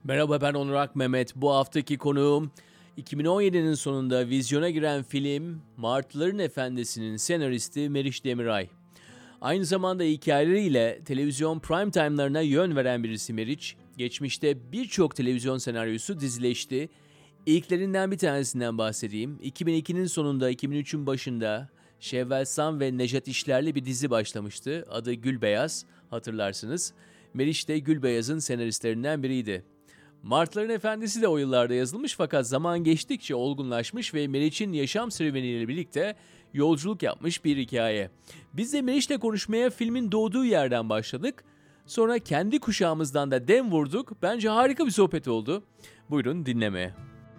Merhaba, ben Onur Akmehmet. Bu haftaki konuğum 2017'nin sonunda vizyona giren film Martıların Efendisi'nin senaristi Meriç Demiray. Aynı zamanda hikayeleriyle televizyon prime time'larına yön veren birisi Meriç. Geçmişte birçok televizyon senaryosu dizileşti. İlklerinden bir tanesinden bahsedeyim. 2002'nin sonunda 2003'ün başında Şevval Sam ve Nejat İşler'le bir dizi başlamıştı. Adı Gülbeyaz, hatırlarsınız. Meriç de Gülbeyaz'ın senaristlerinden biriydi. Martıların Efendisi de o yıllarda yazılmış fakat zaman geçtikçe olgunlaşmış ve Meriç'in yaşam serüveniyle birlikte yolculuk yapmış bir hikaye. Biz de Meriç'le konuşmaya filmin doğduğu yerden başladık. Sonra kendi kuşağımızdan da dem vurduk. Bence harika bir sohbet oldu. Buyurun dinlemeye.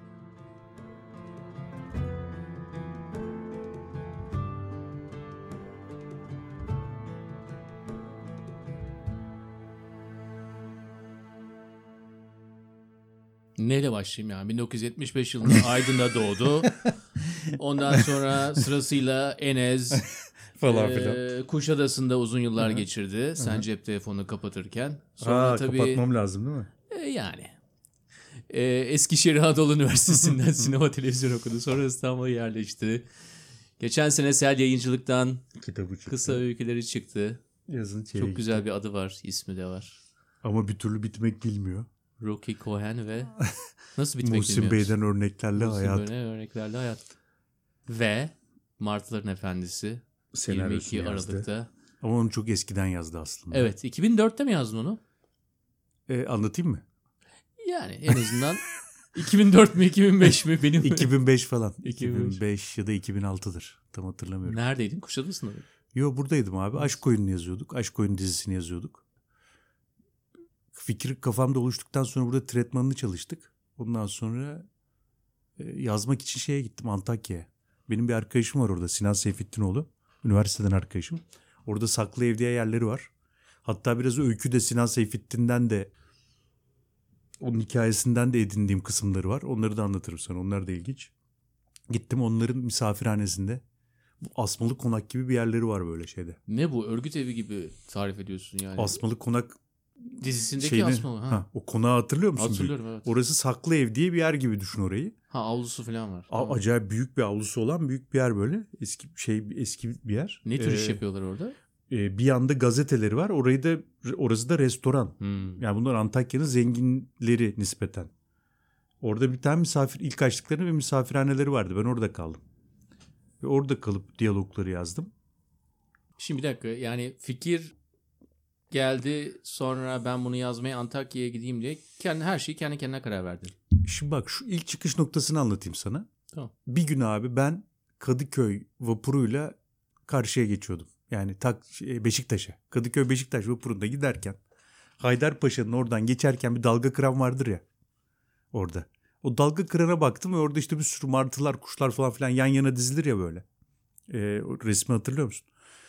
Neyle başlayayım ya? 1975 yılında Aydın'da doğdu. Ondan sonra sırasıyla Enez, falan filan. Kuşadası'nda uzun yıllar geçirdi. Sen cep telefonunu kapatırken. Sonra tabii Kapatmam lazım değil mi? Yani. Eskişehir Anadolu Üniversitesi'nden sinema televizyon okudu. Sonra İstanbul'a yerleşti. Geçen sene Sel Yayıncılık'tan Kitabı çıktı. kısa öyküleri çıktı. Yazın Çok güzel bir adı var, ismi de var. Ama bir türlü bitmek bilmiyor. Rocky Cohen ve nasıl bitmek Muhsin bilmiyoruz. Bey'den örneklerle Muhsin hayat. Bey'den örneklerle hayat. Ve Martıların Efendisi 22 Aralık'ta. Ama onu çok eskiden yazdı aslında. Evet, 2004'te mi yazdın onu? Anlatayım mı? Yani en azından 2004 mü 2005 mi benim? 2005 falan. 2005. 2005 ya da 2006'dır. Tam hatırlamıyorum. Neredeydin? Kuşadası'nda mı? Yo, buradaydım abi. Aşk Oyun'unu yazıyorduk. Aşk Oyun dizisini yazıyorduk. Fikir kafamda oluştuktan sonra burada tretmanını çalıştık. Ondan sonra yazmak için şeye gittim, Antakya'ya. Benim bir arkadaşım var orada, Sinan Seyfeddinoğlu. Üniversiteden arkadaşım. Orada saklı evliya yerleri var. Hatta biraz öykü de Sinan Seyfettin'den de, onun hikayesinden de edindiğim kısımları var. Onları da anlatırım sana. Onlar da ilginç. Gittim onların misafirhanesinde. Bu Asmalı Konak gibi bir yerleri var böyle şeyde. Ne bu? Örgüt evi gibi tarif ediyorsun yani. Asmalı Konak dizisindeki şeyini, Asmalı. Ha. o konağı hatırlıyor musun? Hatırlıyorum, evet. Orası saklı ev diye bir yer gibi düşün orayı. Ha, avlusu falan var. Tamam. Acayip büyük bir avlusu olan büyük bir yer böyle. Eski bir yer. Ne tür iş yapıyorlar orada? Bir yanda gazeteleri var. Orası da restoran. Yani bunlar Antakya'nın zenginleri nispeten. Orada bir tane ilk açtıkları ve misafirhaneleri vardı. Ben orada kaldım. Ve orada kalıp diyalogları yazdım. Şimdi bir dakika, yani fikir geldi, sonra ben bunu yazmaya Antakya'ya gideyim diye her şeyi kendi kendine karar verdin. Şimdi bak, şu ilk çıkış noktasını anlatayım sana. Tamam. Bir gün abi ben Kadıköy vapuruyla karşıya geçiyordum. Yani Beşiktaş'a. Kadıköy Beşiktaş vapurunda giderken Haydarpaşa'nın oradan geçerken bir dalga kıran vardır ya orada. O dalga kırana baktım ve orada işte bir sürü martılar, kuşlar falan filan yan yana dizilir ya böyle. O resmi hatırlıyor musun?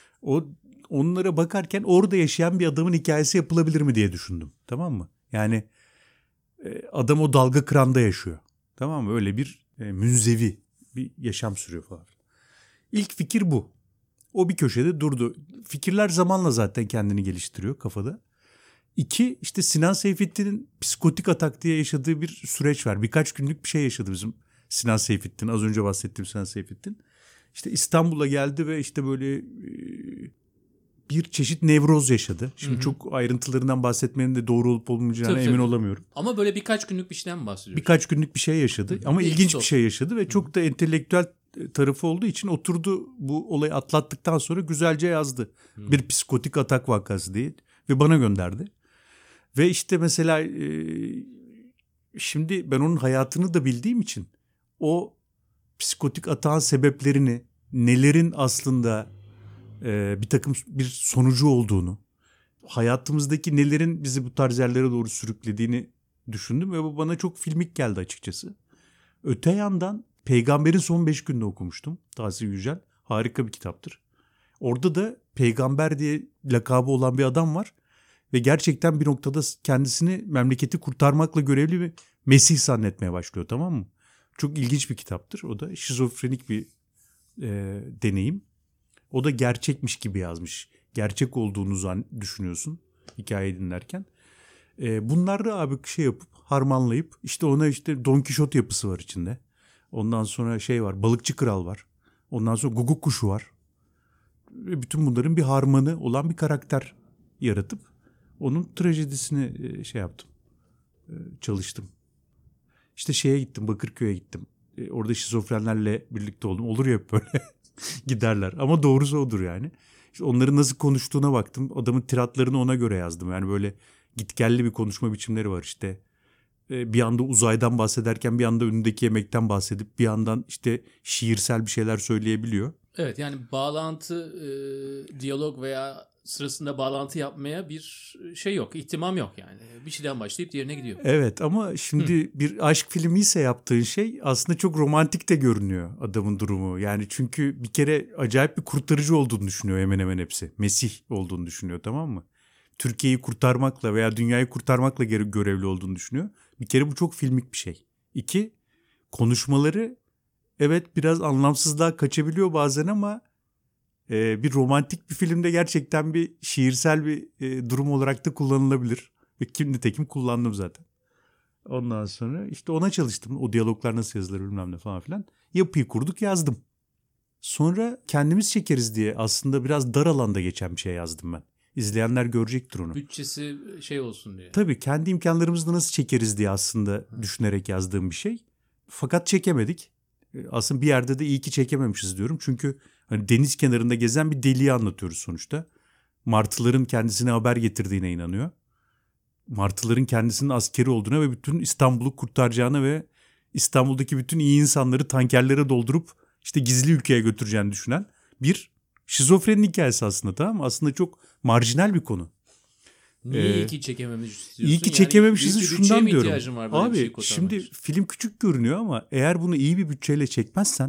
Onlara bakarken orada yaşayan bir adamın hikayesi yapılabilir mi diye düşündüm. Tamam mı? Yani adam o dalga kıranda yaşıyor. Tamam mı? Öyle bir münzevi bir yaşam sürüyor falan. İlk fikir bu. O bir köşede durdu. Fikirler zamanla zaten kendini geliştiriyor kafada. 2, işte Sinan Seyfettin'in psikotik atak diye yaşadığı bir süreç var. Birkaç günlük bir şey yaşadı bizim Sinan Seyfettin. Az önce bahsettiğim Sinan Seyfettin. İşte İstanbul'a geldi ve işte böyle bir çeşit nevroz yaşadı. Şimdi çok ayrıntılarından bahsetmenin de doğru olup olmayacağına emin olamıyorum. Ama böyle birkaç günlük bir şeyden mi bahsediyorsun? Birkaç günlük bir şey yaşadı ama ilginç bir şey yaşadı ve çok da entelektüel tarafı olduğu için oturdu, bu olayı atlattıktan sonra güzelce yazdı. Bir psikotik atak vakası değil ve bana gönderdi. Ve işte mesela şimdi ben onun hayatını da bildiğim için o psikotik atağın sebeplerini, nelerin aslında bir sonucu olduğunu, hayatımızdaki nelerin bizi bu tarz yerlere doğru sürüklediğini düşündüm ve bu bana çok filmik geldi açıkçası. Öte yandan Peygamber'in Son 5 Gününü okumuştum. Tahsin Yücel. Harika bir kitaptır. Orada da peygamber diye lakabı olan bir adam var. Ve gerçekten bir noktada kendisini memleketi kurtarmakla görevli bir Mesih zannetmeye başlıyor, tamam mı? Çok ilginç bir kitaptır. O da şizofrenik bir deneyim. O da gerçekmiş gibi yazmış. Gerçek olduğunu düşünüyorsun hikayeyi dinlerken. Bunları abi şey yapıp harmanlayıp işte ona işte Don Kişot yapısı var içinde. Ondan sonra şey var, Balıkçı Kral var. Ondan sonra Guguk Kuşu var. Ve bütün bunların bir harmanı olan bir karakter yaratıp onun trajedisini şey yaptım. Çalıştım. İşte şeye gittim, Bakırköy'e gittim. Orada şizofrenlerle birlikte oldum. Olur ya hep böyle giderler. Ama doğrusu odur yani. İşte onların nasıl konuştuğuna baktım. Adamın tiratlarını ona göre yazdım. Yani böyle gitgelli bir konuşma biçimleri var işte. Bir anda uzaydan bahsederken bir anda önündeki yemekten bahsedip bir yandan işte şiirsel bir şeyler söyleyebiliyor. Evet, yani bağlantı, diyalog veya sırasında bağlantı yapmaya bir şey yok, ihtimam yok yani. Bir şeyden başlayıp diğerine gidiyor. Evet ama şimdi bir aşk filmi ise yaptığın şey aslında çok romantik de görünüyor adamın durumu. Yani çünkü bir kere acayip bir kurtarıcı olduğunu düşünüyor hemen hemen hepsi. Mesih olduğunu düşünüyor, tamam mı? Türkiye'yi kurtarmakla veya dünyayı kurtarmakla görevli olduğunu düşünüyor. Bir kere bu çok filmik bir şey. İki, konuşmaları evet biraz anlamsızlığa kaçabiliyor bazen ama bir romantik bir filmde gerçekten bir şiirsel bir durum olarak da kullanılabilir. Ve nitekim kullandım zaten. Ondan sonra işte ona çalıştım. O diyaloglar nasıl yazılır bilmem ne falan filan. Yapıyı kurduk, yazdım. Sonra kendimiz çekeriz diye aslında biraz dar alanda geçen bir şey yazdım ben. İzleyenler görecektir onu. Bütçesi şey olsun diye. Tabii kendi imkanlarımızla nasıl çekeriz diye aslında düşünerek yazdığım bir şey. Fakat çekemedik. Aslında bir yerde de iyi ki çekememişiz diyorum. Çünkü hani deniz kenarında gezen bir deliği anlatıyoruz sonuçta. Martıların kendisine haber getirdiğine inanıyor. Martıların kendisinin askeri olduğuna ve bütün İstanbul'u kurtaracağına ve İstanbul'daki bütün iyi insanları tankerlere doldurup işte gizli ülkeye götüreceğini düşünen bir şizofrenin hikayesi aslında, tamam mı? Aslında çok marjinal bir konu. Niye iyi ki çekememişiz diyorsun? İyi ki çekememişiz büyük bir şundan bütçeye mi diyorum. ihtiyacın var böyle bir şey Abi kurtarmak şimdi için? film küçük görünüyor ama eğer bunu iyi bir bütçeyle çekmezsen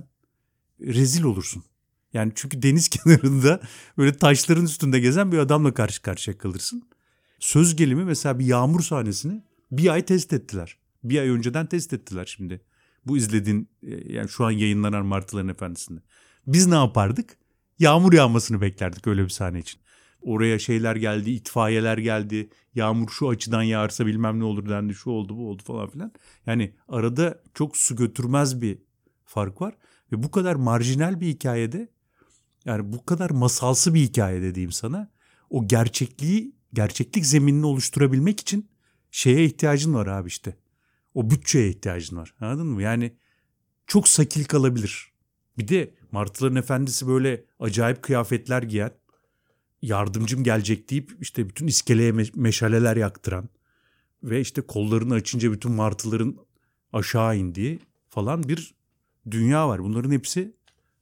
rezil olursun. Yani çünkü deniz kenarında böyle taşların üstünde gezen bir adamla karşı karşıya kalırsın. Söz gelimi mesela bir yağmur sahnesini bir ay test ettiler. Bir ay önceden test ettiler şimdi. Bu izlediğin yani şu an yayınlanan Martıların Efendisi'nde. Biz ne yapardık? Yağmur yağmasını beklerdik öyle bir sahne için. Oraya şeyler geldi, itfaiyeler geldi. Yağmur şu açıdan yağarsa bilmem ne olur dendi. Şu oldu, bu oldu falan filan. Yani arada çok su götürmez bir fark var. Ve bu kadar marjinal bir hikayede, yani bu kadar masalsı bir hikaye dediğim sana, o gerçeklik zeminini oluşturabilmek için şeye ihtiyacın var abi işte. O bütçeye ihtiyacın var. Anladın mı? Yani çok sakil kalabilir. Bir de Martıların Efendisi böyle acayip kıyafetler giyen, yardımcım gelecek deyip işte bütün iskeleye meşaleler yaktıran ve işte kollarını açınca bütün martıların aşağı indiği falan bir dünya var. Bunların hepsi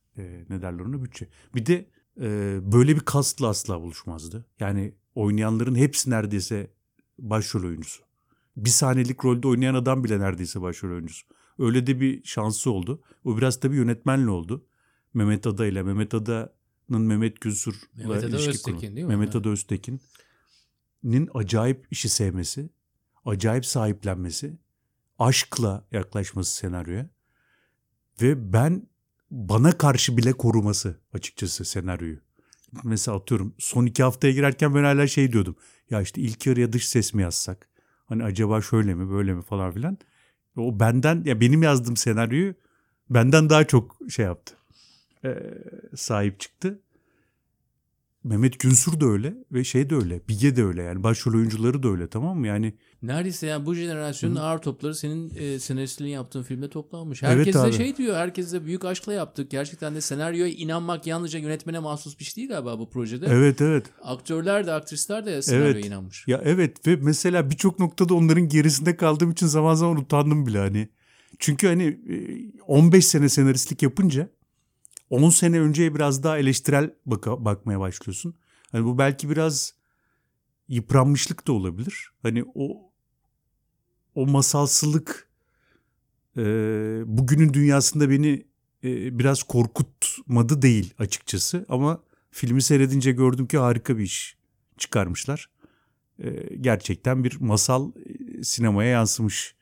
ne derler ona, bütçe. Bir de böyle bir kastla asla buluşmazdı. Yani oynayanların hepsi neredeyse başrol oyuncusu. Bir saniyelik rolde oynayan adam bile neredeyse başrol oyuncusu. Öyle de bir şansı oldu. O biraz tabii yönetmenle oldu. Mehmet Ada ile Mehmet Ada'nın Mehmet Günsur'la ilişki kurması. Değil mi? Mehmet Ada Öztekin'in acayip işi sevmesi, acayip sahiplenmesi, aşkla yaklaşması senaryoya ve bana karşı bile koruması açıkçası senaryoyu. Mesela atıyorum son 2 haftaya girerken ben hala şey diyordum. Ya işte ilk yarıya dış ses mi yazsak? Hani acaba şöyle mi böyle mi falan filan. O benden, ya benim yazdığım senaryoyu benden daha çok şey yaptı. Sahip çıktı. Mehmet Günsur da öyle ve şey de öyle. Bilge de öyle yani. Başrol oyuncuları da öyle, tamam mı? Yani Neredeyse yani bu jenerasyonun ağır topları senin senaristliğini yaptığın filmde toplanmış. Evet Herkes de abi. şey diyor, herkes de büyük aşkla yaptık. Gerçekten de senaryoya inanmak yalnızca yönetmene mahsus bir şey değil galiba bu projede. evet. Aktörler de aktrisler de senaryoya inanmış. Ya evet ve mesela birçok noktada onların gerisinde kaldığım için zaman zaman utandım bile hani. Çünkü hani 15 sene senaristlik yapınca 10 sene önceye biraz daha eleştirel bakmaya başlıyorsun. Hani bu belki biraz yıpranmışlık da olabilir. Hani o masalsılık bugünün dünyasında beni biraz korkutmadı değil açıkçası. Ama filmi seyredince gördüm ki harika bir iş çıkarmışlar. Gerçekten bir masal sinemaya yansımış.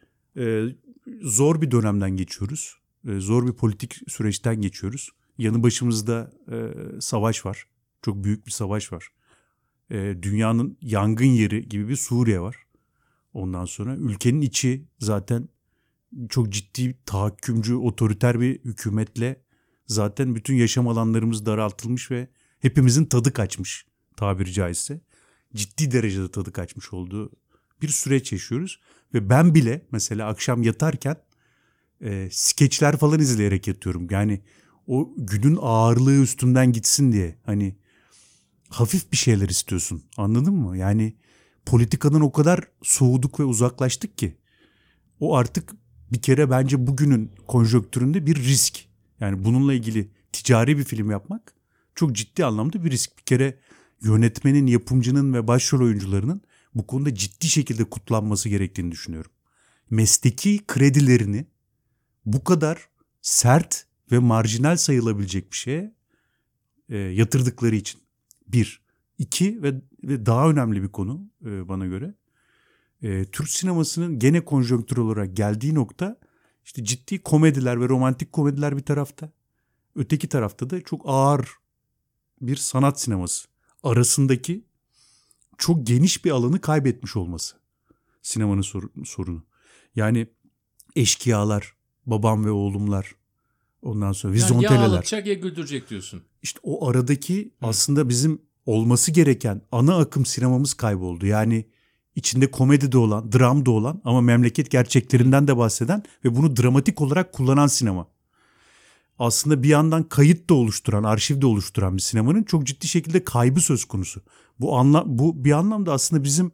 Zor bir dönemden geçiyoruz. Zor bir politik süreçten geçiyoruz. Yanı başımızda savaş var. Çok büyük bir savaş var. Dünyanın yangın yeri gibi bir Suriye var. Ondan sonra ülkenin içi zaten çok ciddi tahakkümcü, otoriter bir hükümetle zaten bütün yaşam alanlarımız daraltılmış ve hepimizin tadı kaçmış tabiri caizse. Ciddi derecede tadı kaçmış olduğu bir süreç yaşıyoruz. Ve ben bile mesela akşam yatarken skeçler falan izleyerek yatıyorum. Yani o günün ağırlığı üstümden gitsin diye. Hani hafif bir şeyler istiyorsun, anladın mı? Yani politikadan o kadar soğuduk ve uzaklaştık ki. O artık bir kere bence bugünün konjonktüründe bir risk. Yani bununla ilgili ticari bir film yapmak çok ciddi anlamda bir risk. Bir kere yönetmenin, yapımcının ve başrol oyuncularının bu konuda ciddi şekilde kutlanması gerektiğini düşünüyorum. Mesleki kredilerini bu kadar sert ve marjinal sayılabilecek bir şeye yatırdıkları için. Bir. İki ve daha önemli bir konu bana göre. Türk sinemasının gene konjonktür olarak geldiği nokta işte ciddi komediler ve romantik komediler bir tarafta. Öteki tarafta da çok ağır bir sanat sineması arasındaki çok geniş bir alanı kaybetmiş olması sinemanın sorunu. Yani Eşkıyalar, Babam ve Oğlumlar, ondan sonra Vizonteleler. Yani ya ağlatacak ya güldürecek diyorsun. İşte o aradaki aslında bizim olması gereken ana akım sinemamız kayboldu. Yani içinde komedi de olan, dram da olan ama memleket gerçeklerinden de bahseden ve bunu dramatik olarak kullanan sinema. Aslında bir yandan kayıt da oluşturan, arşiv de oluşturan bir sinemanın çok ciddi şekilde kaybı söz konusu. Bu bir anlamda aslında bizim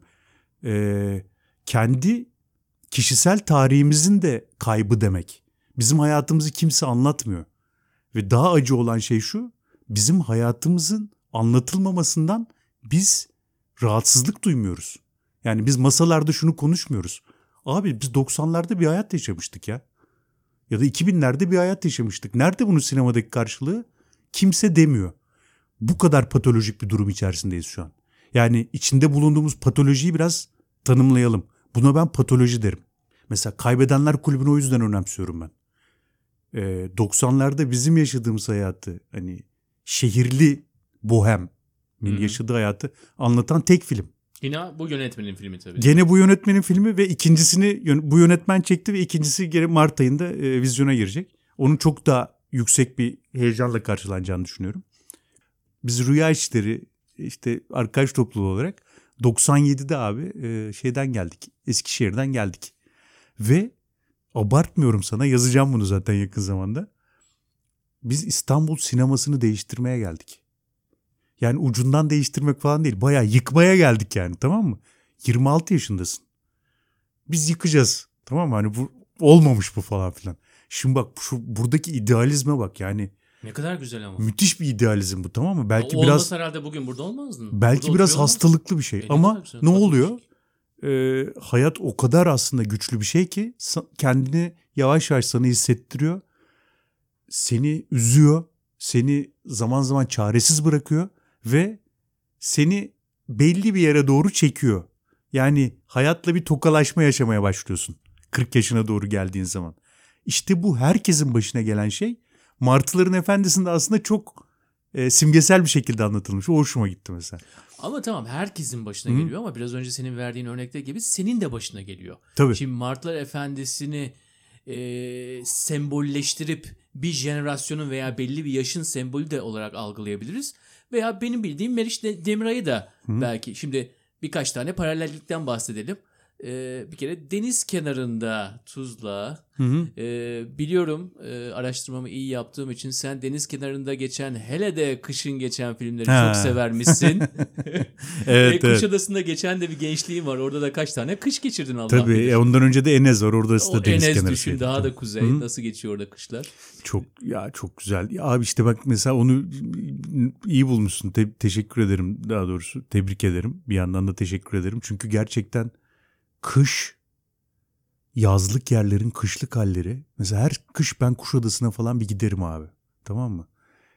kendi kişisel tarihimizin de kaybı demek. Bizim hayatımızı kimse anlatmıyor. Ve daha acı olan şey şu, bizim hayatımızın anlatılmamasından biz rahatsızlık duymuyoruz. Yani biz masalarda şunu konuşmuyoruz. Abi biz 90'larda bir hayat yaşamıştık ya. Ya da 2000'lerde bir hayat yaşamıştık. Nerede bunun sinemadaki karşılığı? Kimse demiyor. Bu kadar patolojik bir durum içerisindeyiz şu an. Yani içinde bulunduğumuz patolojiyi biraz tanımlayalım. Buna ben patoloji derim. Mesela Kaybedenler Kulübü'nü o yüzden önemsiyorum ben. 90'larda bizim yaşadığımız hayatı, hani şehirli bohemin yaşadığı hayatı anlatan tek film. Yine bu yönetmenin filmi tabii. Gene bu yönetmenin filmi ve ikincisini bu yönetmen çekti ve ikincisi gene Mart ayında vizyona girecek. Onun çok daha yüksek bir heyecanla karşılanacağını düşünüyorum. Biz Rüya İşleri işte arkadaş topluluğu olarak 97'de abi şeyden geldik. Eskişehir'den geldik. Ve abartmıyorum sana, yazacağım bunu zaten yakın zamanda. Biz İstanbul sinemasını değiştirmeye geldik. Yani ucundan değiştirmek falan değil. Bayağı yıkmaya geldik yani, tamam mı? 26 yaşındasın. Biz yıkacağız. Tamam mı? Hani bu olmamış bu falan filan. Şimdi bak buradaki idealizme bak yani. Ne kadar güzel ama. Müthiş bir idealizm bu, tamam mı? Belki olmasa biraz herhalde bugün burada olmazdın. Belki burada biraz hastalıklı bir şey. Ama ne oluyor? Hayat o kadar aslında güçlü bir şey ki kendini yavaş yavaş sana hissettiriyor. Seni üzüyor. Seni zaman zaman çaresiz bırakıyor. Ve seni belli bir yere doğru çekiyor. Yani hayatla bir tokalaşma yaşamaya başlıyorsun. 40 yaşına doğru geldiğin zaman. İşte bu herkesin başına gelen şey. Martıların Efendisi'nde aslında çok simgesel bir şekilde anlatılmış. O hoşuma gitti mesela. Ama tamam, herkesin başına geliyor ama biraz önce senin verdiğin örnekte gibi senin de başına geliyor. Tabii. Şimdi Martılar Efendisi'ni sembolleştirip bir jenerasyonun veya belli bir yaşın sembolü de olarak algılayabiliriz. Veya benim bildiğim Meriç Demiray'ı da belki. Şimdi birkaç tane paralellikten bahsedelim. Bir kere deniz kenarında Tuzla. Biliyorum, araştırmamı iyi yaptığım için sen deniz kenarında geçen, hele de kışın geçen filmleri çok severmişsin. Evet, Kuşadası'nda geçen de bir gençliğin var. Orada da kaç tane kış geçirdin Allah Tabii, bilir. ondan önce de Enes var. Orada da deniz kenarı. Enes düşün, daha da kuzey. Nasıl geçiyor orada kışlar? Çok güzel. Ya abi işte bak mesela onu iyi bulmuşsun. Teşekkür ederim, daha doğrusu. Tebrik ederim. Bir yandan da teşekkür ederim. Çünkü gerçekten kış, yazlık yerlerin kışlık halleri. Mesela her kış ben Kuşadası'na falan bir giderim abi. Tamam mı?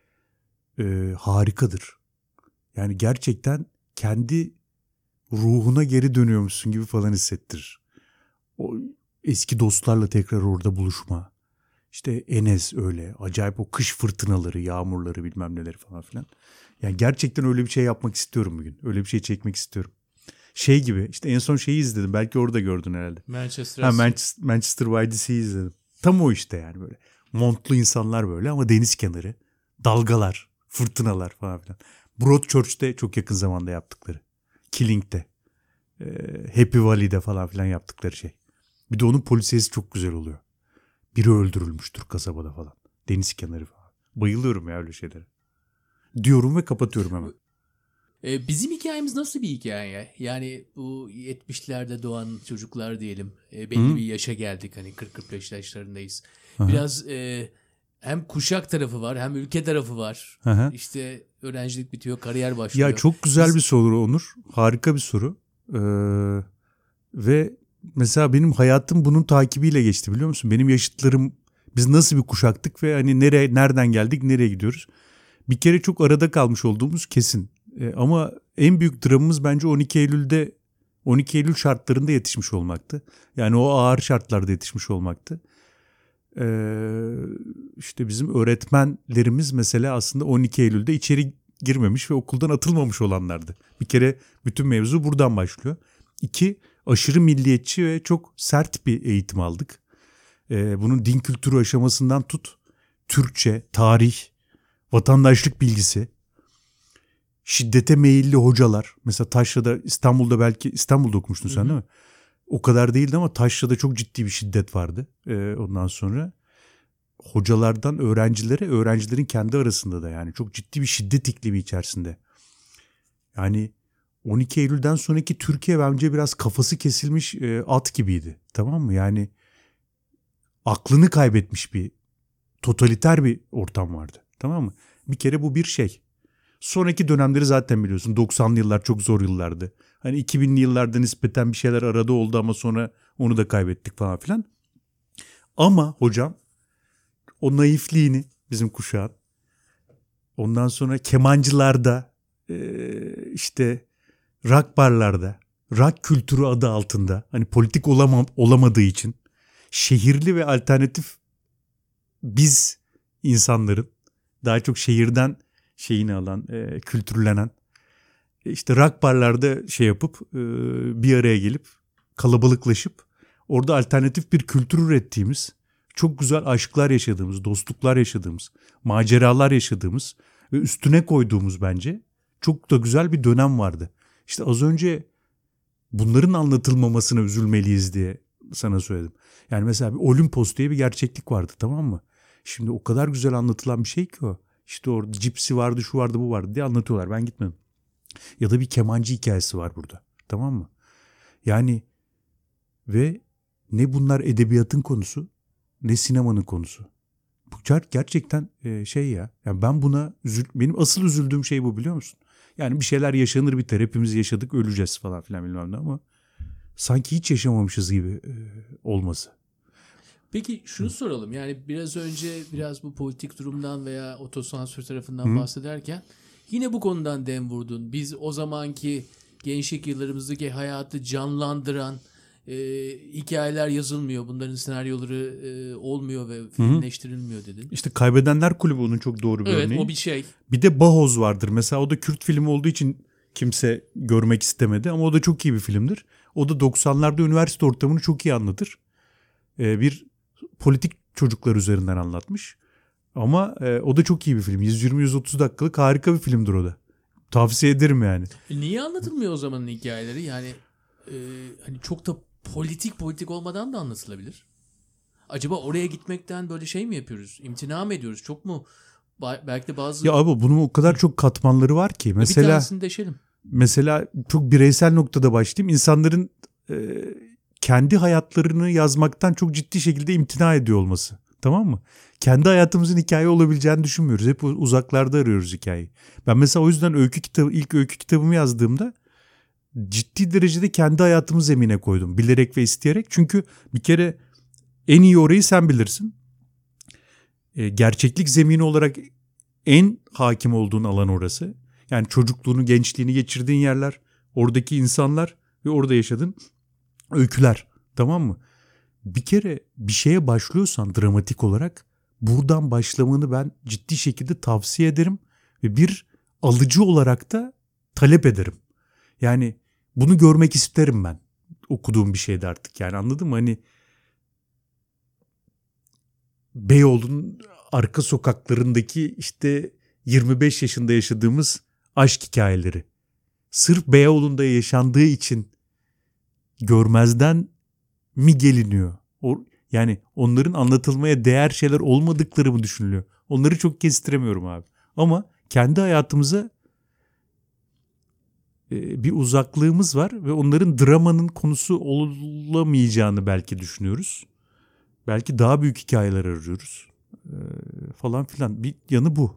Harikadır. Yani gerçekten kendi ruhuna geri dönüyormuşsun gibi falan hissettirir. O eski dostlarla tekrar orada buluşma. İşte Enes öyle. Acayip o kış fırtınaları, yağmurları, bilmem neleri falan filan. Yani gerçekten öyle bir şey yapmak istiyorum bugün. Öyle bir şey çekmek istiyorum. Şey gibi işte en son şeyi izledim. Belki orada gördün herhalde. Manchester by the Sea izledim. Tam o işte yani böyle. Montlu insanlar böyle ama deniz kenarı. Dalgalar, fırtınalar falan filan. Broadchurch'te çok yakın zamanda yaptıkları. Killing'de. Happy Valley'de falan filan yaptıkları şey. Bir de onun polisiyesi çok güzel oluyor. Biri öldürülmüştür kasabada falan. Deniz kenarı falan. Bayılıyorum ya öyle şeylere. Diyorum ve kapatıyorum hemen. Bizim hikayemiz nasıl bir hikaye? Yani bu 70'lerde doğan çocuklar diyelim. Belli bir yaşa geldik. Hani 40-45 yaşlarındayız. Aha. Biraz hem kuşak tarafı var hem ülke tarafı var. Aha. İşte öğrencilik bitiyor, kariyer başlıyor. Ya çok güzel bir soru Onur. Harika bir soru. Ve mesela benim hayatım bunun takibiyle geçti biliyor musun? Benim yaşıtlarım biz nasıl bir kuşaktık ve hani nereden geldik, nereye gidiyoruz? Bir kere çok arada kalmış olduğumuz kesin. Ama en büyük dramımız bence 12 Eylül şartlarında yetişmiş olmaktı. Yani o ağır şartlarda yetişmiş olmaktı. İşte bizim öğretmenlerimiz mesela aslında 12 Eylül'de içeri girmemiş ve okuldan atılmamış olanlardı. Bir kere bütün mevzu buradan başlıyor. 2, aşırı milliyetçi ve çok sert bir eğitim aldık. Bunun din kültürü aşamasından tut, Türkçe, tarih, vatandaşlık bilgisi, şiddete meyilli hocalar. Mesela Taşra'da, İstanbul'da okumuştun sen değil mi? O kadar değildi ama Taşra'da çok ciddi bir şiddet vardı. Ondan sonra hocalardan öğrencilere, öğrencilerin kendi arasında da yani çok ciddi bir şiddet iklimi içerisinde. Yani 12 Eylül'den sonraki Türkiye bence biraz kafası kesilmiş at gibiydi. Tamam mı? Yani aklını kaybetmiş bir totaliter bir ortam vardı. Tamam mı? Bir kere bu bir şey. Sonraki dönemleri zaten biliyorsun. 90'lı yıllar çok zor yıllardı. Hani 2000'li yıllarda nispeten bir şeyler arada oldu ama sonra onu da kaybettik falan filan. Ama hocam o naifliğini bizim kuşağın, ondan sonra kemancılarda, işte rock barlarda, rock kültürü adı altında hani politik olamadığı için şehirli ve alternatif biz insanların daha çok şehirden şeyini alan, kültürlenen, işte rock barlarda şey yapıp bir araya gelip kalabalıklaşıp orada alternatif bir kültür ürettiğimiz, çok güzel aşklar yaşadığımız, dostluklar yaşadığımız, maceralar yaşadığımız ve üstüne koyduğumuz bence çok da güzel bir dönem vardı. İşte az önce bunların anlatılmamasına üzülmeliyiz diye sana söyledim. Yani mesela bir Olimpos diye bir gerçeklik vardı, tamam mı? Şimdi o kadar güzel anlatılan bir şey ki o. İşte orada cipsi vardı, şu vardı, bu vardı diye anlatıyorlar. Ben gitmedim. Ya da bir kemancı hikayesi var burada. Tamam mı? Yani ve ne bunlar edebiyatın konusu ne sinemanın konusu. Bu gerçekten şey ya. Yani ben buna benim asıl üzüldüğüm şey bu, biliyor musun? Yani bir şeyler yaşanır biter. Hepimiz yaşadık, öleceğiz falan filan bilmem ne ama sanki hiç yaşamamışız gibi olması. Peki şunu soralım. Yani biraz önce bu politik durumdan veya otosansür tarafından bahsederken yine bu konudan dem vurdun. Biz o zamanki gençlik yıllarımızdaki hayatı canlandıran hikayeler yazılmıyor. Bunların senaryoları olmuyor ve filmleştirilmiyor dedin. İşte Kaybedenler Kulübü onun çok doğru bir örneği. Evet, o bir şey. Bir de Bahoz vardır. Mesela o da Kürt filmi olduğu için kimse görmek istemedi ama o da çok iyi bir filmdir. O da 90'larda üniversite ortamını çok iyi anlatır. Bir politik çocuklar üzerinden anlatmış. Ama o da çok iyi bir film. 120-130 dakikalık harika bir filmdir o da. Tavsiye ederim yani. Niye anlatılmıyor o zamanın hikayeleri? Yani hani çok da politik olmadan da anlatılabilir. Acaba oraya gitmekten böyle şey mi yapıyoruz? İmtina mı ediyoruz? Çok mu? Belki de bazı... Ya abi bunun o kadar çok katmanları var ki. Bir tanesini deşelim. Mesela çok bireysel noktada başlayayım. İnsanların kendi hayatlarını yazmaktan çok ciddi şekilde imtina ediyor olması. Tamam mı? Kendi hayatımızın hikaye olabileceğini düşünmüyoruz. Hep uzaklarda arıyoruz hikayeyi. Ben mesela o yüzden ilk öykü kitabımı yazdığımda ciddi derecede kendi hayatımı zemine koydum. Bilerek ve isteyerek. Çünkü bir kere en iyi orayı sen bilirsin. Gerçeklik zemini olarak en hakim olduğun alan orası. Yani çocukluğunu, gençliğini geçirdiğin yerler, oradaki insanlar ve orada yaşadığın öyküler. Tamam mı? Bir kere bir şeye başlıyorsan dramatik olarak buradan başlamanı ben ciddi şekilde tavsiye ederim ve bir alıcı olarak da talep ederim. Yani Bunu görmek isterim ben. Okuduğum bir şeydi artık yani, anladın mı? Hani Beyoğlu'nun arka sokaklarındaki işte 25 yaşında yaşadığımız aşk hikayeleri. Sırf Beyoğlu'nda yaşandığı için görmezden mi geliniyor? Yani onların anlatılmaya değer şeyler olmadıkları mı düşünülüyor? Onları çok kestiremiyorum abi. Ama kendi hayatımıza bir uzaklığımız var ve onların dramanın konusu olamayacağını belki düşünüyoruz. Belki daha büyük hikayeler arıyoruz falan filan. Bir yanı bu.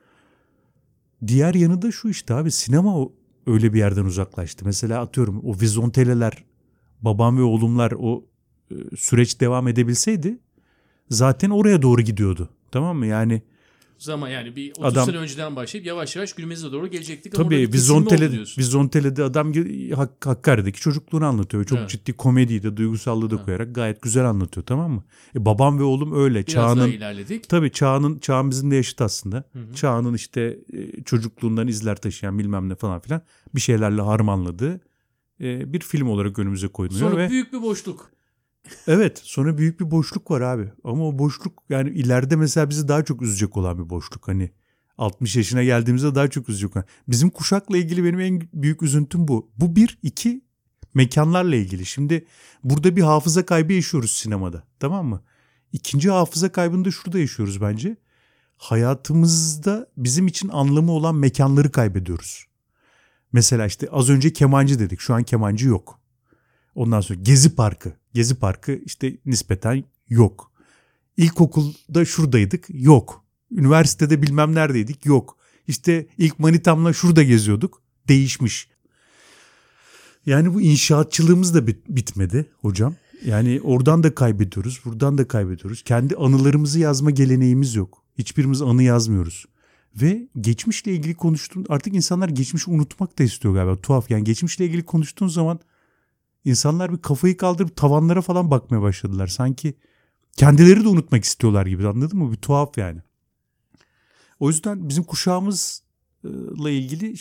Diğer yanı da şu işte abi, sinema öyle bir yerden uzaklaştı. Mesela atıyorum o vizonteleler, babam ve oğlumlar, o süreç devam edebilseydi zaten oraya doğru gidiyordu. Tamam mı? Yani zaman yani bir 30 adam, sene önceden başlayıp yavaş yavaş günümüze doğru gelecektik ama orada tabii bir kesilme oldu diyorsun. Vizontele'de adam Hakkari'deki çocukluğunu anlatıyor. Çok ciddi komediyi de, duygusallığı da koyarak gayet güzel anlatıyor, tamam mı? Babam ve oğlum öyle. Biraz daha ilerledik. Tabii çağın bizimle eşit aslında. Hı. Çağının işte çocukluğundan izler taşıyan bilmem ne falan filan bir şeylerle harmanladığı bir film olarak önümüze koyuluyor. Sonra büyük bir boşluk. Evet, sonra büyük bir boşluk var abi. Ama o boşluk yani ileride mesela bizi daha çok üzecek olan bir boşluk. Hani 60 yaşına geldiğimizde daha çok üzecek olan. Bizim kuşakla ilgili benim en büyük üzüntüm bu. Bu bir, iki, mekanlarla ilgili. Şimdi burada bir hafıza kaybı yaşıyoruz sinemada, tamam mı? İkinci hafıza kaybını da şurada yaşıyoruz bence. Hayatımızda bizim için anlamı olan mekanları kaybediyoruz. Mesela işte az önce kemancı dedik. Şu an kemancı yok. Ondan sonra Gezi Parkı. Gezi Parkı işte nispeten yok. İlkokulda şuradaydık, yok. Üniversitede bilmem neredeydik, yok. İşte ilk manitamla şurada geziyorduk, değişmiş. Yani bu inşaatçılığımız da bitmedi hocam. Yani oradan da kaybediyoruz, buradan da kaybediyoruz. Kendi anılarımızı yazma geleneğimiz yok. Hiçbirimiz anı yazmıyoruz. Ve geçmişle ilgili artık insanlar geçmişi unutmak da istiyor galiba. Tuhaf yani, geçmişle ilgili konuştuğun zaman İnsanlar bir kafayı kaldırıp tavanlara falan bakmaya başladılar. Sanki kendileri de unutmak istiyorlar gibi, anladın mı? Bir tuhaf yani. O yüzden bizim kuşağımızla ilgili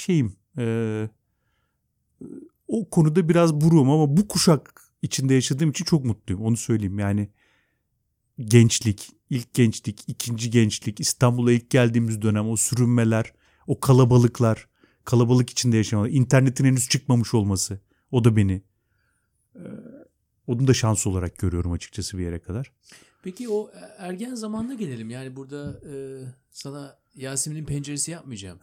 o konuda biraz buruğum ama bu kuşak içinde yaşadığım için çok mutluyum. Onu söyleyeyim yani, gençlik, ilk gençlik, ikinci gençlik, İstanbul'a ilk geldiğimiz dönem, o sürünmeler, o kalabalıklar, kalabalık içinde yaşamalar, internetin henüz çıkmamış olması, o da beni... Onu da şans olarak görüyorum açıkçası bir yere kadar. Peki o ergen zamanına gelelim. Yani burada sana Yasemin'in penceresi yapmayacağım.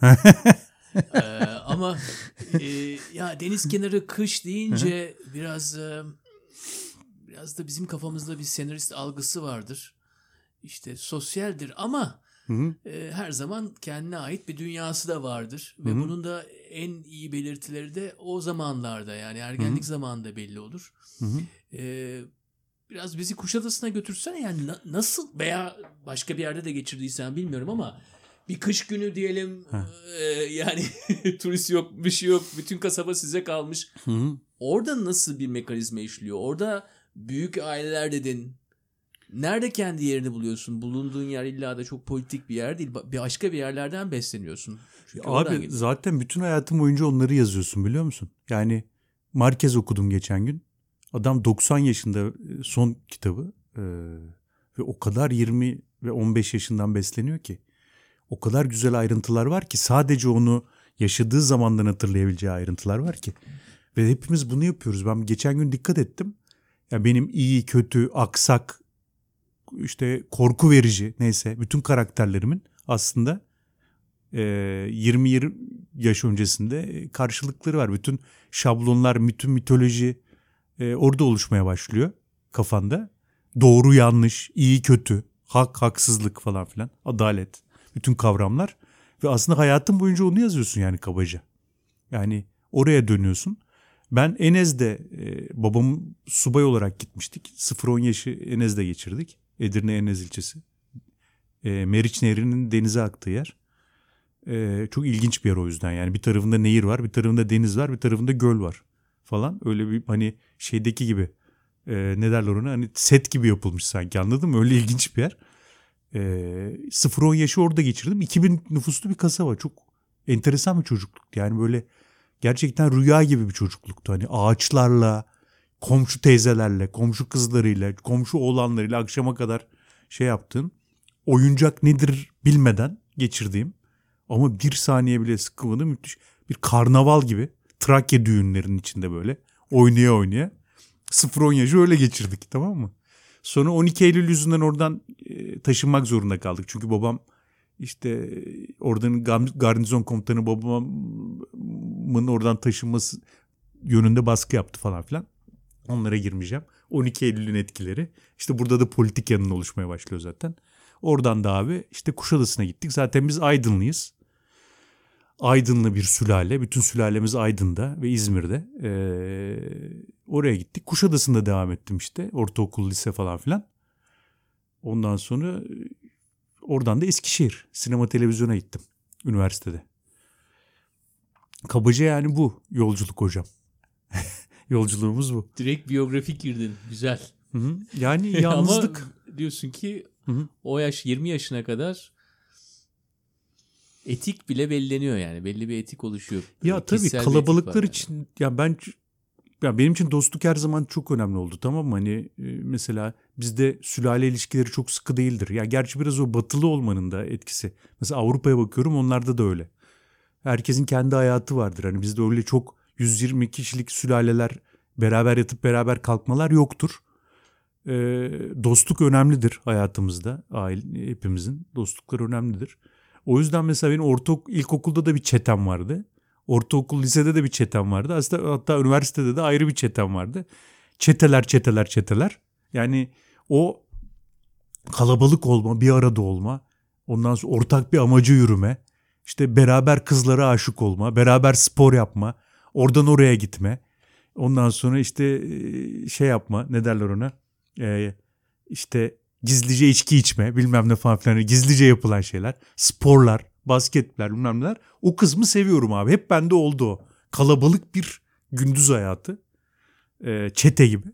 Ama ya deniz kenarı kış deyince biraz da bizim kafamızda bir senarist algısı vardır. İşte sosyaldir ama her zaman kendine ait bir dünyası da vardır. Ve bunun da en iyi belirtileri de o zamanlarda, yani ergenlik zamanında belli olur. Biraz bizi Kuşadası'na götürsene, yani nasıl, veya başka bir yerde de geçirdiysen bilmiyorum ama bir kış günü diyelim, yani turist yok, bir şey yok, bütün kasaba size kalmış. Orada nasıl bir mekanizma işliyor? Orada büyük aileler dedin. Nerede kendi yerini buluyorsun? Bulunduğun yer illa da çok politik bir yer değil. Başka bir yerlerden besleniyorsun. Çünkü abi zaten bütün hayatım boyunca onları yazıyorsun, biliyor musun? Yani Marquez okudum geçen gün. Adam 90 yaşında, son kitabı ve o kadar 20 ve 15 yaşından besleniyor ki. O kadar güzel ayrıntılar var ki, sadece onu yaşadığı zamandan hatırlayabileceği ayrıntılar var ki. Ve hepimiz bunu yapıyoruz. Ben geçen gün dikkat ettim. Ya benim iyi, kötü, aksak, işte korku verici, neyse, bütün karakterlerimin aslında 20 yaş öncesinde karşılıkları var. Bütün şablonlar, bütün mitoloji orada oluşmaya başlıyor kafanda. Doğru, yanlış, iyi, kötü, hak, haksızlık falan filan, adalet, bütün kavramlar. Ve aslında hayatın boyunca onu yazıyorsun yani, kabaca. Yani oraya dönüyorsun. Ben Enez'de babam subay olarak gitmiştik. 0-10 yaşı Enez'de geçirdik. Edirne Enez ilçesi. Meriç Nehri'nin denize aktığı yer. Çok ilginç bir yer o yüzden. Yani bir tarafında nehir var, bir tarafında deniz var, bir tarafında göl var falan. Öyle bir hani şeydeki gibi, ne derler ona, hani set gibi yapılmış sanki, anladın mı? Öyle ilginç bir yer. 0-10 yaşı orada geçirdim. 2000 nüfuslu bir kasaba. Çok enteresan bir çocukluk. Yani böyle gerçekten rüya gibi bir çocukluktu. Hani ağaçlarla, komşu teyzelerle, komşu kızlarıyla, komşu oğlanlarıyla akşama kadar şey yaptığın, oyuncak nedir bilmeden geçirdiğim ama bir saniye bile sıkılmadım, müthiş bir karnaval gibi Trakya düğünlerinin içinde böyle oynaya oynaya 0-10 yaşı öyle geçirdik, tamam mı? Sonra 12 Eylül yüzünden oradan taşınmak zorunda kaldık. Çünkü babam işte oradan garnizon komutanı babamın oradan taşınması yönünde baskı yaptı falan filan. Onlara girmeyeceğim. 12 Eylül'ün etkileri. İşte burada da politik yanın oluşmaya başlıyor zaten. Oradan da abi işte Kuşadası'na gittik. Zaten biz Aydınlıyız. Aydınlı bir sülale. Bütün sülalemiz Aydın'da ve İzmir'de. Oraya gittik. Kuşadası'nda devam ettim işte. Ortaokul, lise falan filan. Ondan sonra oradan da Eskişehir. Sinema televizyona gittim. Üniversitede. Kabaca yani bu yolculuk hocam. Yolculuğumuz bu. Direkt biyografik girdin. Güzel. Hı-hı. Yani yalnızlık. Ama diyorsun ki Hı-hı. o yaş 20 yaşına kadar etik bile belleniyor yani. Belli bir etik oluşuyor. Ya tabii kalabalıklar için yani benim için dostluk her zaman çok önemli oldu, tamam mı? Hani mesela bizde sülale ilişkileri çok sıkı değildir. Ya gerçi biraz o batılı olmanın da etkisi. Mesela Avrupa'ya bakıyorum, onlarda da öyle. Herkesin kendi hayatı vardır. Hani bizde öyle çok 120 kişilik sülaleler, beraber yatıp beraber kalkmalar yoktur. Dostluk önemlidir hayatımızda. Aile, hepimizin dostlukları önemlidir. O yüzden mesela benim ilkokulda da bir çetem vardı. Ortaokul, lisede de bir çetem vardı. Aslında hatta üniversitede de ayrı bir çetem vardı. Çeteler. Yani o kalabalık olma, bir arada olma, ondan sonra ortak bir amaca yürüme, işte beraber kızlara aşık olma, beraber spor yapma, oradan oraya gitme. Ondan sonra işte şey yapma, ne derler ona? İşte gizlice içki içme, bilmem ne falan filan, gizlice yapılan şeyler, sporlar, basketler, bilmem neler. O kısmı seviyorum abi. Hep bende oldu o. Kalabalık bir gündüz hayatı. Çete gibi.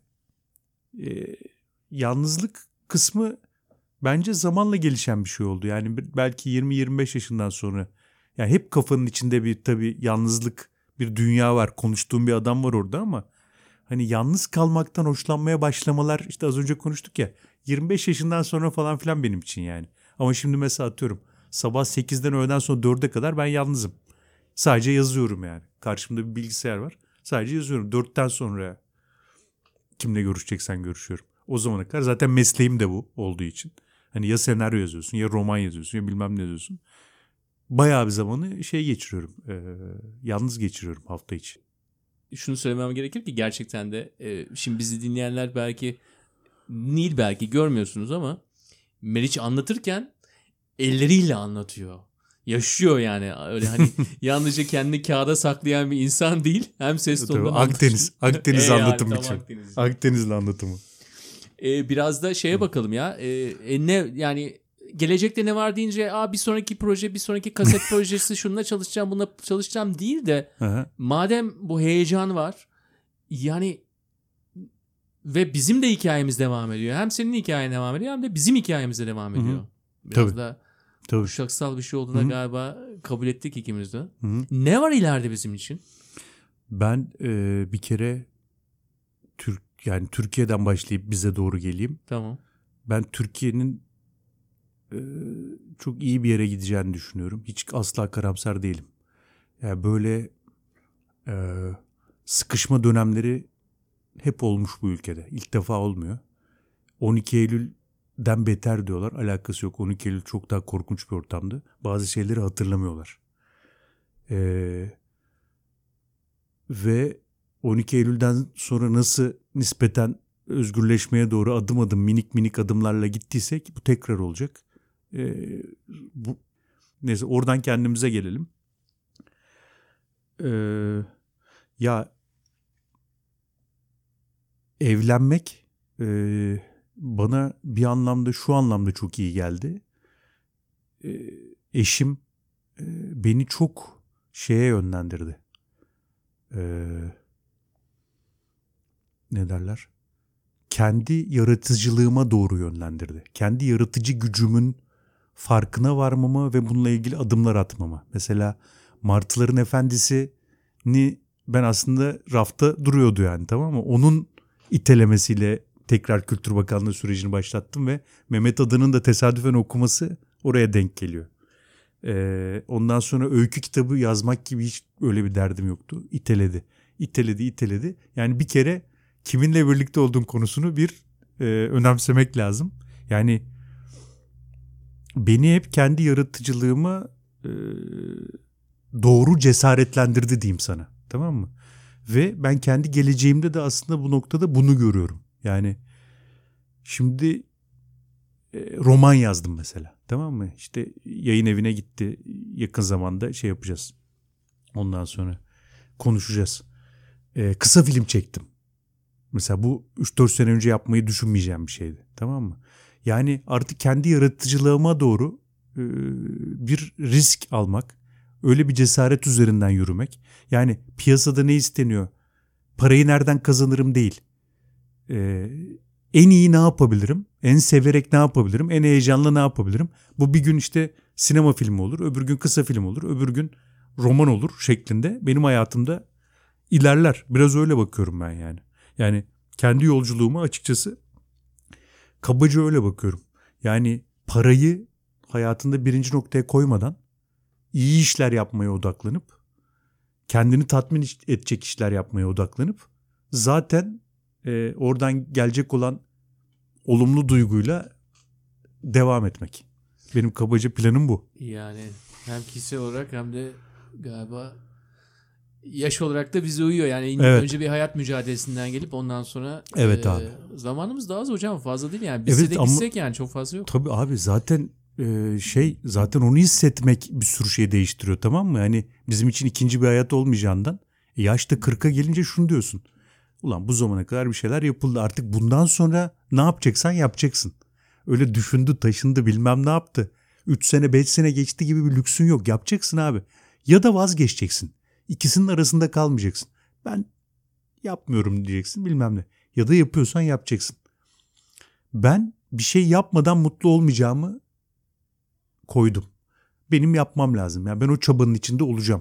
Yalnızlık kısmı bence zamanla gelişen bir şey oldu. Yani belki 20-25 yaşından sonra. Yani hep kafanın içinde bir tabii yalnızlık, bir dünya var. Konuştuğum bir adam var orada ama hani yalnız kalmaktan hoşlanmaya başlamalar, işte az önce konuştuk ya, 25 yaşından sonra falan filan benim için yani. Ama şimdi mesela atıyorum sabah 8'den öğleden sonra 4'e kadar ben yalnızım. Sadece yazıyorum yani. Karşımda bir bilgisayar var. Sadece yazıyorum. 4'ten sonra kimle görüşeceksen görüşüyorum. O zamana kadar zaten mesleğim de bu olduğu için. Hani ya senaryo yazıyorsun, ya roman yazıyorsun, ya bilmem ne yazıyorsun. Bayağı bir zamanı geçiriyorum. Yalnız geçiriyorum hafta içi. Şunu söylemem gerekir ki gerçekten de şimdi bizi dinleyenler belki görmüyorsunuz ama Meriç anlatırken elleriyle anlatıyor. Yaşıyor yani. Öyle hani yalnızca kendini kağıda saklayan bir insan değil. Hem ses tonundan Akdeniz anlatımı için. Akdeniz. Akdenizli anlatımı. Biraz da şeye bakalım ya. Ne yani gelecekte ne var deyince bir sonraki proje, bir sonraki kaset projesi, şununla çalışacağım, bununla çalışacağım değil de madem bu heyecan var yani ve bizim de hikayemiz devam ediyor. Hem senin hikayen devam ediyor hem de bizim hikayemiz de devam ediyor. Hı-hı. Biraz tabii. da tabii. kuşaksal bir şey olduğuna Hı-hı. galiba kabul ettik ikimiz de. Hı-hı. Ne var ileride bizim için? Ben bir kere Türkiye'den başlayıp bize doğru geleyim. Tamam. Ben Türkiye'nin çok iyi bir yere gideceğini düşünüyorum. Hiç asla karamsar değilim. Yani böyle sıkışma dönemleri hep olmuş bu ülkede. İlk defa olmuyor. 12 Eylül'den beter diyorlar. Alakası yok. 12 Eylül çok daha korkunç bir ortamdı. Bazı şeyleri hatırlamıyorlar. Ve 12 Eylül'den sonra nasıl nispeten özgürleşmeye doğru adım adım minik adımlarla gittiysek bu tekrar olacak. Neyse oradan kendimize gelelim. Ya evlenmek bana bir anlamda şu anlamda çok iyi geldi. Eşim beni çok şeye yönlendirdi. Ne derler? Kendi yaratıcılığıma doğru yönlendirdi. Kendi yaratıcı gücümün farkına varmama ve bununla ilgili adımlar atmama. Mesela Martıların Efendisi ni ben aslında rafta duruyordu yani, tamam mı? Onun itelemesiyle tekrar Kültür Bakanlığı sürecini başlattım ve Mehmet Adan'ın da tesadüfen okuması oraya denk geliyor. Ondan sonra öykü kitabı yazmak gibi hiç öyle bir derdim yoktu. İteledi. Yani bir kere kiminle birlikte olduğun konusunu önemsemek lazım. Yani beni hep kendi yaratıcılığıma doğru cesaretlendirdi diyeyim sana. Tamam mı? Ve ben kendi geleceğimde de aslında bu noktada bunu görüyorum. Yani şimdi roman yazdım mesela. Tamam mı? İşte yayın evine gitti. Yakın zamanda şey yapacağız. Ondan sonra konuşacağız. Kısa film çektim. Mesela bu 3-4 sene önce yapmayı düşünmeyeceğim bir şeydi. Tamam mı? Yani artık kendi yaratıcılığıma doğru bir risk almak, öyle bir cesaret üzerinden yürümek. Yani piyasada ne isteniyor? Parayı nereden kazanırım değil. En iyi ne yapabilirim? En severek ne yapabilirim? En heyecanlı ne yapabilirim? Bu bir gün işte sinema filmi olur, öbür gün kısa film olur, öbür gün roman olur şeklinde benim hayatımda ilerler. Biraz öyle bakıyorum ben yani. Yani kendi yolculuğuma açıkçası kabaca öyle bakıyorum. Yani parayı hayatında birinci noktaya koymadan iyi işler yapmaya odaklanıp, kendini tatmin edecek işler yapmaya odaklanıp zaten oradan gelecek olan olumlu duyguyla devam etmek. Benim kabaca planım bu. Yani hem kişisel olarak hem de galiba yaş olarak da bize uyuyor. Yani Evet. Önce bir hayat mücadelesinden gelip ondan sonra Evet abi. Zamanımız da az hocam, fazla değil yani. Biz Evet, de gitsek yani çok fazla yok. Tabii abi zaten zaten onu hissetmek bir sürü şey değiştiriyor, tamam mı? Yani bizim için ikinci bir hayat olmayacağından yaşta 40'a gelince şunu diyorsun. Ulan bu zamana kadar bir şeyler yapıldı, artık bundan sonra ne yapacaksan yapacaksın. Öyle düşündü taşındı bilmem ne yaptı. 3 sene 5 sene geçti gibi bir lüksün yok, yapacaksın abi. Ya da vazgeçeceksin. İkisinin arasında kalmayacaksın. Ben yapmıyorum diyeceksin bilmem ne. Ya da yapıyorsan yapacaksın. Ben bir şey yapmadan mutlu olmayacağımı koydum. Benim yapmam lazım. Yani ben o çabanın içinde olacağım.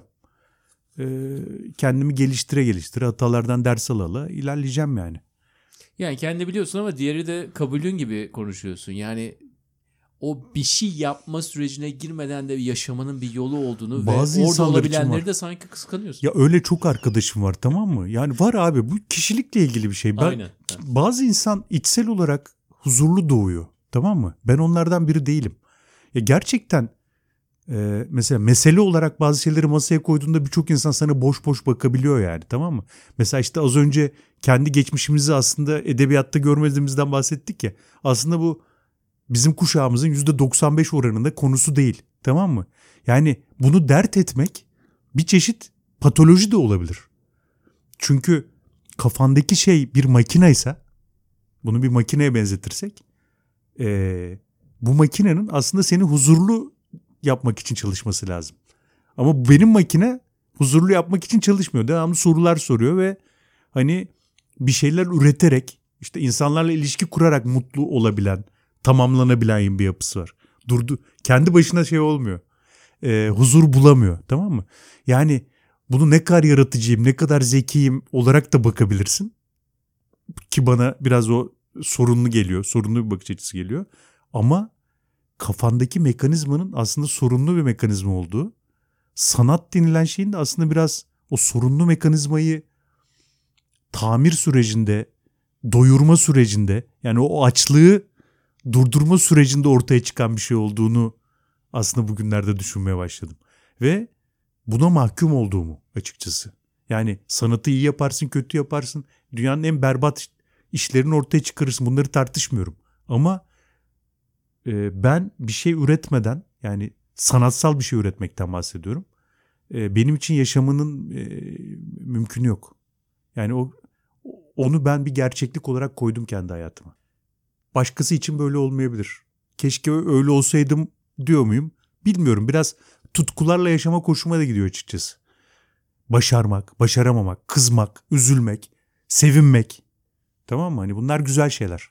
Kendimi geliştire hatalardan ders ala ilerleyeceğim yani. Yani kendi biliyorsun ama diğeri de kabulün gibi konuşuyorsun. Yani o bir şey yapma sürecine girmeden de yaşamanın bir yolu olduğunu bazı ve orada olabilenleri var. de sanki kıskanıyorsun. Ya öyle çok arkadaşım var, tamam mı? Yani var abi, bu kişilikle ilgili bir şey. Aynen. Bazı insan içsel olarak huzurlu doğuyor, tamam mı? Ben onlardan biri değilim. Ya gerçekten mesela mesele olarak bazı şeyleri masaya koyduğunda birçok insan sana boş boş bakabiliyor yani, tamam mı? Mesela işte az önce kendi geçmişimizi aslında edebiyatta görmediğimizden bahsettik ya. Aslında bu bizim kuşağımızın %95 oranında konusu değil, tamam mı? Yani bunu dert etmek bir çeşit patoloji de olabilir. Çünkü kafandaki şey bir makinaysa, bunu bir makineye benzetirsek, bu makinenin aslında seni huzurlu yapmak için çalışması lazım. Ama benim makine huzurlu yapmak için çalışmıyor. Devamlı sorular soruyor ve hani bir şeyler üreterek, işte insanlarla ilişki kurarak mutlu olabilen, tamamlanabilen bir yapısı var. Kendi başına şey olmuyor. Huzur bulamıyor, tamam mı? Yani bunu ne kadar yaratıcıyım, ne kadar zekiyim olarak da bakabilirsin. Ki bana biraz o sorunlu geliyor. Sorunlu bir bakış açısı geliyor. Ama kafandaki mekanizmanın aslında sorunlu bir mekanizma olduğu, sanat denilen şeyin de aslında biraz o sorunlu mekanizmayı tamir sürecinde, doyurma sürecinde, yani o açlığı durdurma sürecinde ortaya çıkan bir şey olduğunu aslında bugünlerde düşünmeye başladım. Ve buna mahkum olduğumu açıkçası. Yani sanatı iyi yaparsın, kötü yaparsın. Dünyanın en berbat işlerini ortaya çıkarırsın. Bunları tartışmıyorum. Ama ben bir şey üretmeden, yani sanatsal bir şey üretmekten bahsediyorum. Benim için yaşamının mümkünü yok. Yani onu ben bir gerçeklik olarak koydum kendi hayatıma. Başkası için böyle olmayabilir. Keşke öyle olsaydım diyor muyum? Bilmiyorum. Biraz tutkularla yaşama hoşuma da gidiyor açıkçası. Başarmak, başaramamak, kızmak, üzülmek, sevinmek. Tamam mı? Hani bunlar güzel şeyler.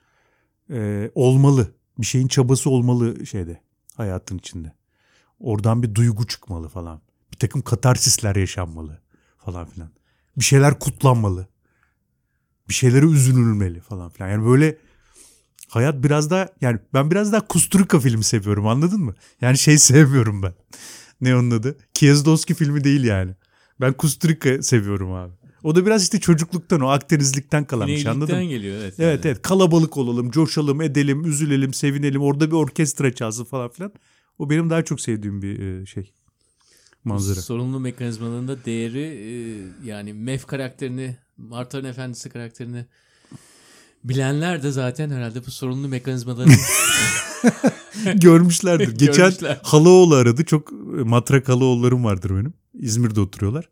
Olmalı. Bir şeyin çabası olmalı hayatın içinde. Oradan bir duygu çıkmalı falan. Bir takım katarsisler yaşanmalı. falan filan. Bir şeyler kutlanmalı. Bir şeylere üzülülmeli falan filan. Yani böyle hayat biraz daha, yani ben biraz daha Kusturica filmi seviyorum, anladın mı? Yani şey sevmiyorum ben. Ne onun adı? Kieslowski filmi değil yani. Ben Kusturica seviyorum abi. O da biraz işte çocukluktan, o Akdenizlikten kalan bir şey, anladın mı? geliyor evet. Evet Yani. evet, kalabalık olalım, coşalım, edelim, üzülelim, sevinelim. Orada bir orkestra çalsın falan filan. O benim daha çok sevdiğim bir şey. Manzara. Sorumlu mekanizmalarının da değeri yani Mef karakterini, Martların Efendisi karakterini bilenler de zaten herhalde bu sorumlu mekanizmaların Görmüşlerdir. Geçen Görmüşler. Halaoğlu aradı. Çok matrak Halaoğullarım vardır benim. İzmir'de oturuyorlar.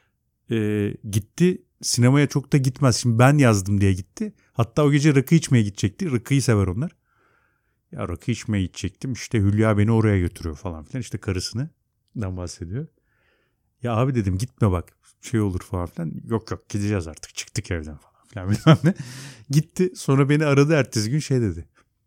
Gitti. Sinemaya çok da gitmez. Şimdi ben yazdım diye gitti. Hatta o gece rakı içmeye gidecekti. Rakıyı sever onlar. Ya rakı içmeye gidecektim. İşte Hülya beni oraya götürüyor falan filan. İşte karısından bahsediyor. Ya abi dedim, gitme bak. Şey olur falan filan. Yok yok, gideceğiz artık. Çıktık evden falan filan. Bilmem ne. Gitti. Sonra beni aradı ertesi gün, şey dedi.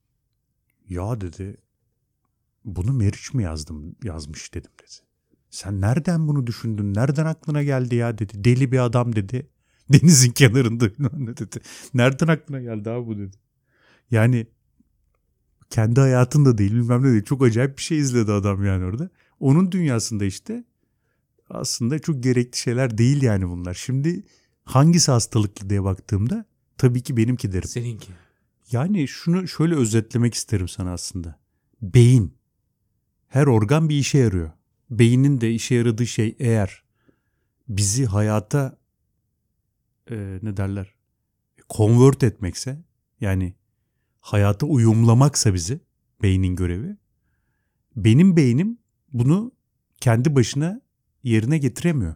Ya dedi, bunu Meriç mi yazmış dedim dedi. Sen nereden bunu düşündün? Nereden aklına geldi ya dedi. Deli bir adam dedi. Denizin kenarında ne dedi. Nereden aklına geldi abi bu dedi. Yani kendi hayatında değil, bilmem ne değil. Çok acayip bir şey izledi adam yani orada. Onun dünyasında işte aslında çok gerekli şeyler değil yani bunlar. Şimdi hangisi hastalıklı diye baktığımda tabii ki benimki derim. Seninki. Yani şunu şöyle özetlemek isterim sana aslında. Beyin. Her organ bir işe yarıyor. Beynin de işe yaradığı şey, eğer bizi hayata ne derler, convert etmekse, yani hayata uyumlamaksa bizi, beynin görevi. Benim beynim bunu kendi başına yerine getiremiyor.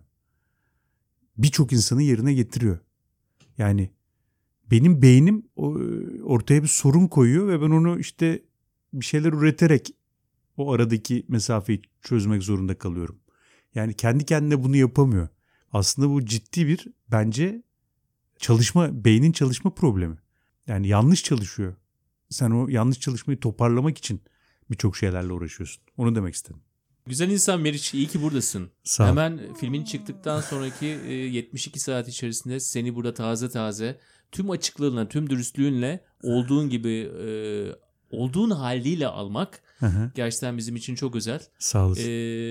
Birçok insanın yerine getiriyor. Yani benim beynim ortaya bir sorun koyuyor ve ben onu işte bir şeyler üreterek o aradaki mesafeyi çözmek zorunda kalıyorum. Yani kendi kendine bunu yapamıyor. Aslında bu ciddi bir, bence beynin çalışma problemi. Yani yanlış çalışıyor. Sen o yanlış çalışmayı toparlamak için birçok şeylerle uğraşıyorsun. Onu demek istedim. Güzel insan Meriç, iyi ki buradasın. Sağ ol. Hemen filmin çıktıktan sonraki 72 saat içerisinde seni burada taze tüm açıklığınla, tüm dürüstlüğünle olduğun gibi olduğun haliyle almak gerçekten bizim için çok özel. Sağ olasın.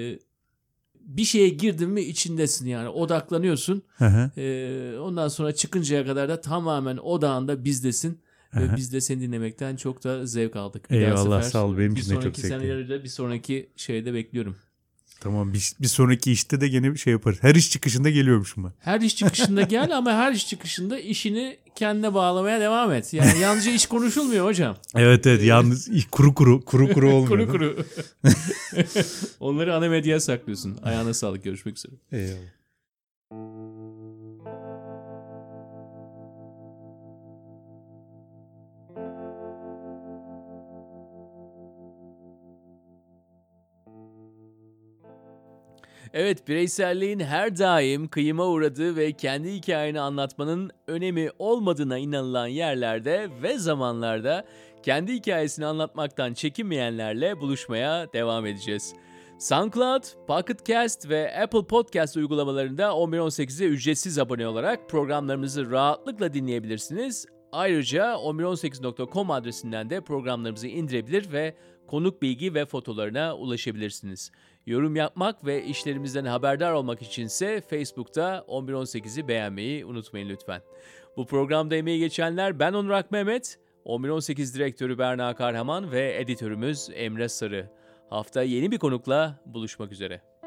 Bir şeye girdin mi içindesin, yani odaklanıyorsun. Ondan sonra çıkıncaya kadar da tamamen odağında bizdesin. Ve biz de seni dinlemekten çok da zevk aldık. Eyvallah, sağ ol. Benim için de çok sonraki zevkli. senelerde bir sonraki şeyde bekliyorum. Tamam, bir sonraki işte de gene bir şey yaparız. Her iş çıkışında geliyormuşum ben. Her iş çıkışında gel ama her iş çıkışında işini kendine bağlamaya devam et. Yani yalnızca iş konuşulmuyor hocam. Evet yalnız kuru olmuyor. Kuru. Onları ana medyaya saklıyorsun. Ayağına sağlık. Görüşmek üzere. Eyvallah. Evet, bireyselliğin her daim kıyıma uğradığı ve kendi hikayeni anlatmanın önemi olmadığına inanılan yerlerde ve zamanlarda kendi hikayesini anlatmaktan çekinmeyenlerle buluşmaya devam edeceğiz. SoundCloud, Pocket Cast ve Apple Podcast uygulamalarında 1118'e ücretsiz abone olarak programlarımızı rahatlıkla dinleyebilirsiniz. Ayrıca 1118.com adresinden de programlarımızı indirebilir ve konuk bilgi ve fotolarına ulaşabilirsiniz. Yorum yapmak ve işlerimizden haberdar olmak içinse Facebook'ta 1118'i beğenmeyi unutmayın lütfen. Bu programda emeği geçenler ben Onur Akmehmet, 1118 direktörü Berna Karhaman ve editörümüz Emre Sarı. Hafta yeni bir konukla buluşmak üzere.